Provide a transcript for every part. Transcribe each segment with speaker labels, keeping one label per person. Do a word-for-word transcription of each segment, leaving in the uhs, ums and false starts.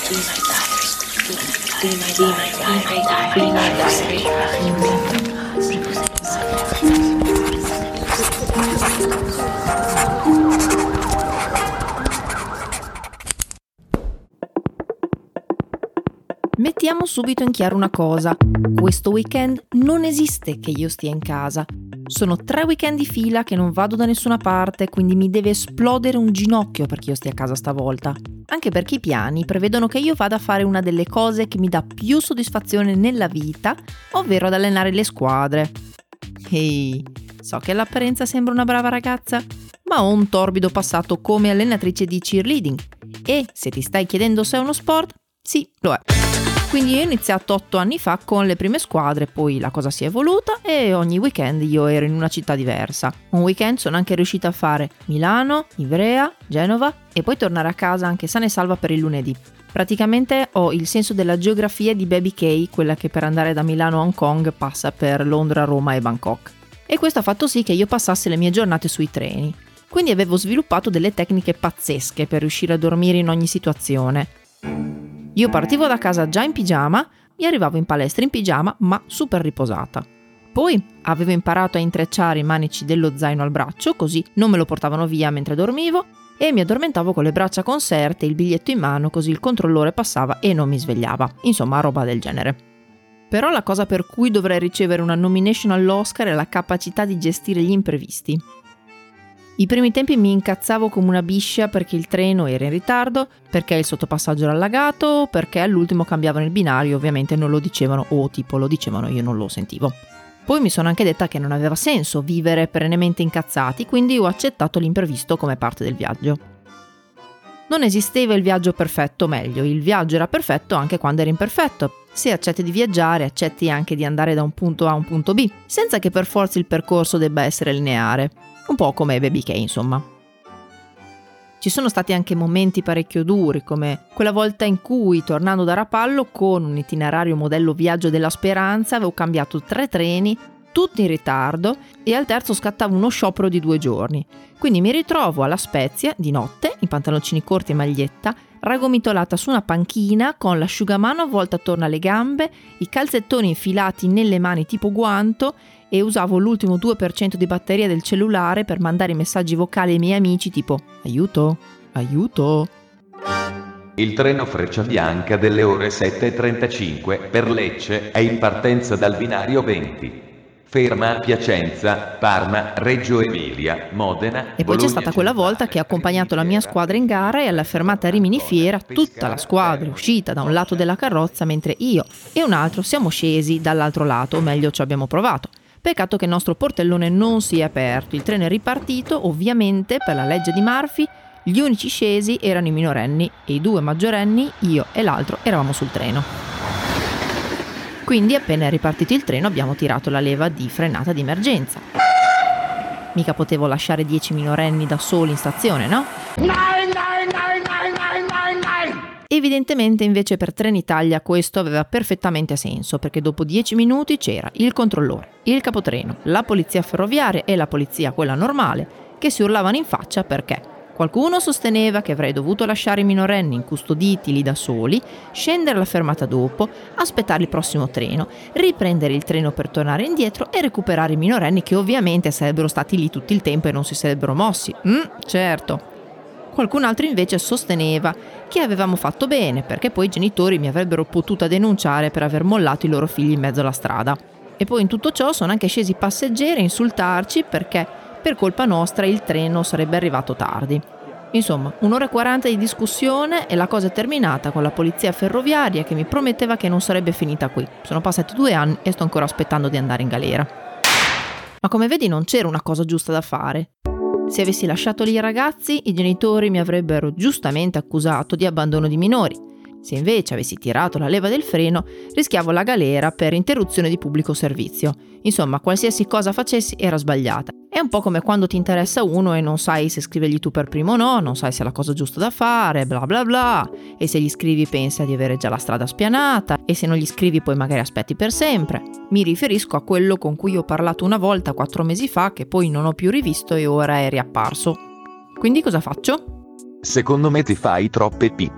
Speaker 1: Mettiamo subito in chiaro una cosa. Questo weekend non esiste che io stia in casa. Sono tre weekend di fila che non vado da nessuna parte, quindi mi deve esplodere un ginocchio perché io stia a casa stavolta. Anche perché i piani prevedono che io vada a fare una delle cose che mi dà più soddisfazione nella vita, ovvero ad allenare le squadre. Ehi, so che all'apparenza sembra una brava ragazza, ma ho un torbido passato come allenatrice di cheerleading. E se ti stai chiedendo se è uno sport, sì, lo è. Quindi ho iniziato otto anni fa con le prime squadre, poi la cosa si è evoluta e ogni weekend io ero in una città diversa. Un weekend sono anche riuscita a fare Milano, Ivrea, Genova e poi tornare a casa anche sana e salva per il lunedì. Praticamente ho il senso della geografia di Baby K, quella che per andare da Milano a Hong Kong passa per Londra, Roma e Bangkok. E questo ha fatto sì che io passasse le mie giornate sui treni. Quindi avevo sviluppato delle tecniche pazzesche per riuscire a dormire in ogni situazione. Io partivo da casa già in pigiama e arrivavo in palestra in pigiama ma super riposata. Poi avevo imparato a intrecciare i manici dello zaino al braccio, così non me lo portavano via mentre dormivo, e mi addormentavo con le braccia conserte e il biglietto in mano, così il controllore passava e non mi svegliava. Insomma, roba del genere. Però la cosa per cui dovrei ricevere una nomination all'Oscar è la capacità di gestire gli imprevisti. I primi tempi mi incazzavo come una biscia perché il treno era in ritardo, perché il sottopassaggio era allagato, perché all'ultimo cambiavano il binario, ovviamente non lo dicevano, o tipo lo dicevano, io non lo sentivo. Poi mi sono anche detta che non aveva senso vivere perennemente incazzati, quindi ho accettato l'imprevisto come parte del viaggio. Non esisteva il viaggio perfetto, meglio, il viaggio era perfetto anche quando era imperfetto. Se accetti di viaggiare, accetti anche di andare da un punto A a un punto B, senza che per forza il percorso debba essere lineare. Un po' come Baby K, insomma. Ci sono stati anche momenti parecchio duri, come quella volta in cui, tornando da Rapallo, con un itinerario modello Viaggio della Speranza, avevo cambiato tre treni, tutti in ritardo, e al terzo scattava uno sciopero di due giorni. Quindi mi ritrovo alla Spezia, di notte, in pantaloncini corti e maglietta, ragomitolata su una panchina, con l'asciugamano avvolta attorno alle gambe, i calzettoni infilati nelle mani tipo guanto, e usavo l'ultimo due per cento di batteria del cellulare per mandare messaggi vocali ai miei amici tipo aiuto, aiuto.
Speaker 2: Il treno Frecciabianca delle ore sette e trentacinque per Lecce è in partenza dal binario venti. Ferma a Piacenza, Parma, Reggio Emilia, Modena.
Speaker 1: E poi c'è stata quella volta che ho accompagnato la mia squadra in gara e alla fermata Rimini Fiera tutta la squadra è uscita da un lato della carrozza mentre io e un altro siamo scesi dall'altro lato, o meglio ci abbiamo provato. Peccato che il nostro portellone non si è aperto, il treno è ripartito, ovviamente per la legge di Murphy gli unici scesi erano i minorenni e i due maggiorenni, io e l'altro, eravamo sul treno. Quindi appena è ripartito il treno abbiamo tirato la leva di frenata di emergenza. Mica potevo lasciare dieci minorenni da soli in stazione, no? Evidentemente invece per Trenitalia questo aveva perfettamente senso, perché dopo dieci minuti c'era il controllore, il capotreno, la polizia ferroviaria e la polizia, quella normale, che si urlavano in faccia perché qualcuno sosteneva che avrei dovuto lasciare i minorenni incustoditi lì da soli, scendere alla fermata dopo, aspettare il prossimo treno, riprendere il treno per tornare indietro e recuperare i minorenni che ovviamente sarebbero stati lì tutto il tempo e non si sarebbero mossi. Mm, certo. Qualcun altro invece sosteneva che avevamo fatto bene perché poi i genitori mi avrebbero potuta denunciare per aver mollato i loro figli in mezzo alla strada. E poi in tutto ciò sono anche scesi passeggeri a insultarci perché per colpa nostra il treno sarebbe arrivato tardi. Insomma, un'ora e quaranta di discussione e la cosa è terminata con la polizia ferroviaria che mi prometteva che non sarebbe finita qui. Sono passati due anni e sto ancora aspettando di andare in galera. Ma come vedi non c'era una cosa giusta da fare. Se avessi lasciato lì i ragazzi, i genitori mi avrebbero giustamente accusato di abbandono di minori. Se invece avessi tirato la leva del freno, rischiavo la galera per interruzione di pubblico servizio. Insomma, qualsiasi cosa facessi era sbagliata. È un po' come quando ti interessa uno e non sai se scrivergli tu per primo o no, non sai se è la cosa giusta da fare, bla bla bla, e se gli scrivi pensa di avere già la strada spianata, e se non gli scrivi poi magari aspetti per sempre. Mi riferisco a quello con cui ho parlato una volta quattro mesi fa, che poi non ho più rivisto e ora è riapparso. Quindi cosa faccio?
Speaker 2: Secondo me ti fai troppe pippe.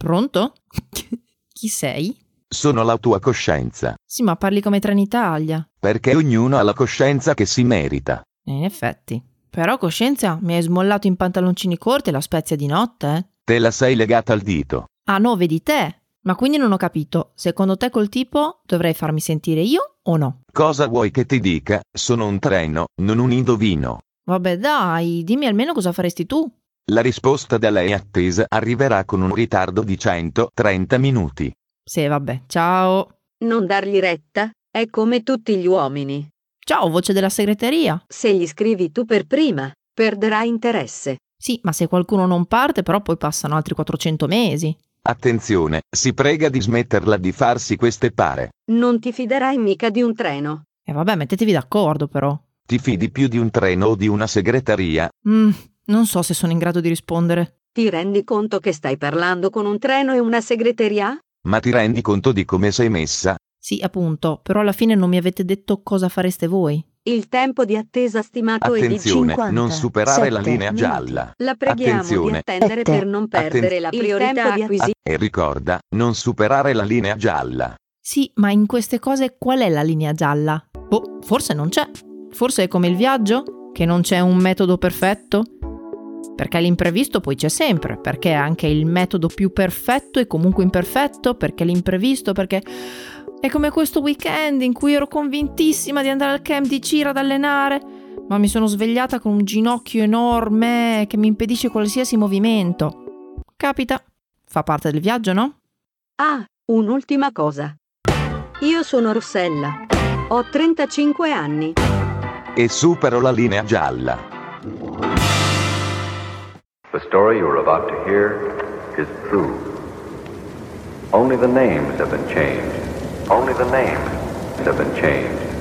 Speaker 1: Pronto? Chi sei?
Speaker 2: Sono la tua coscienza.
Speaker 1: Sì, ma parli come Trenitalia.
Speaker 2: Perché ognuno ha la coscienza che si merita.
Speaker 1: In effetti. Però, coscienza, mi hai smollato in pantaloncini corti e la spezia di notte, eh?
Speaker 2: Te la sei legata al dito.
Speaker 1: Ah no, vedi te. Ma quindi non ho capito. Secondo te col tipo dovrei farmi sentire io o no?
Speaker 2: Cosa vuoi che ti dica? Sono un treno, non un indovino.
Speaker 1: Vabbè dai, dimmi almeno cosa faresti tu.
Speaker 2: La risposta da lei attesa arriverà con un ritardo di centotrenta minuti.
Speaker 1: Sì, vabbè, ciao.
Speaker 3: Non dargli retta, è come tutti gli uomini.
Speaker 1: Ciao, voce della segreteria.
Speaker 3: Se gli scrivi tu per prima, perderai interesse.
Speaker 1: Sì, ma se qualcuno non parte, però poi passano altri quattrocento mesi.
Speaker 2: Attenzione, si prega di smetterla di farsi queste pare.
Speaker 3: Non ti fiderai mica di un treno.
Speaker 1: E vabbè, mettetevi d'accordo però.
Speaker 2: Ti fidi più di un treno o di una segreteria?
Speaker 1: Mm, non so se sono in grado di rispondere.
Speaker 3: Ti rendi conto che stai parlando con un treno e una segreteria?
Speaker 2: Ma ti rendi conto di come sei messa?
Speaker 1: Sì, appunto, però alla fine non mi avete detto cosa fareste voi.
Speaker 3: Il tempo di attesa stimato è di
Speaker 2: Attenzione,
Speaker 3: cinquanta.
Speaker 2: non superare la
Speaker 3: sette
Speaker 2: linea
Speaker 3: minuti.
Speaker 2: gialla.
Speaker 3: La preghiamo
Speaker 2: Attenzione.
Speaker 3: di attendere
Speaker 4: Sette.
Speaker 3: per non perdere
Speaker 2: Atten-
Speaker 3: la
Speaker 4: Il
Speaker 3: priorità
Speaker 4: tempo di
Speaker 3: acquisita.
Speaker 2: E ricorda, non superare la linea gialla.
Speaker 1: Sì, ma in queste cose qual è la linea gialla? Boh, forse non c'è. Forse è come il viaggio, che non c'è un metodo perfetto? Perché l'imprevisto poi c'è sempre, perché anche il metodo più perfetto è comunque imperfetto, perché l'imprevisto, perché è come questo weekend in cui ero convintissima di andare al camp di Cira ad allenare, ma mi sono svegliata con un ginocchio enorme che mi impedisce qualsiasi movimento. Capita, fa parte del viaggio, no?
Speaker 3: Ah, un'ultima cosa. Io sono Rossella. Ho trentacinque anni.
Speaker 2: E supero la linea gialla.
Speaker 5: The story you are about to hear is true. Only the names have been changed. Only the names have been changed.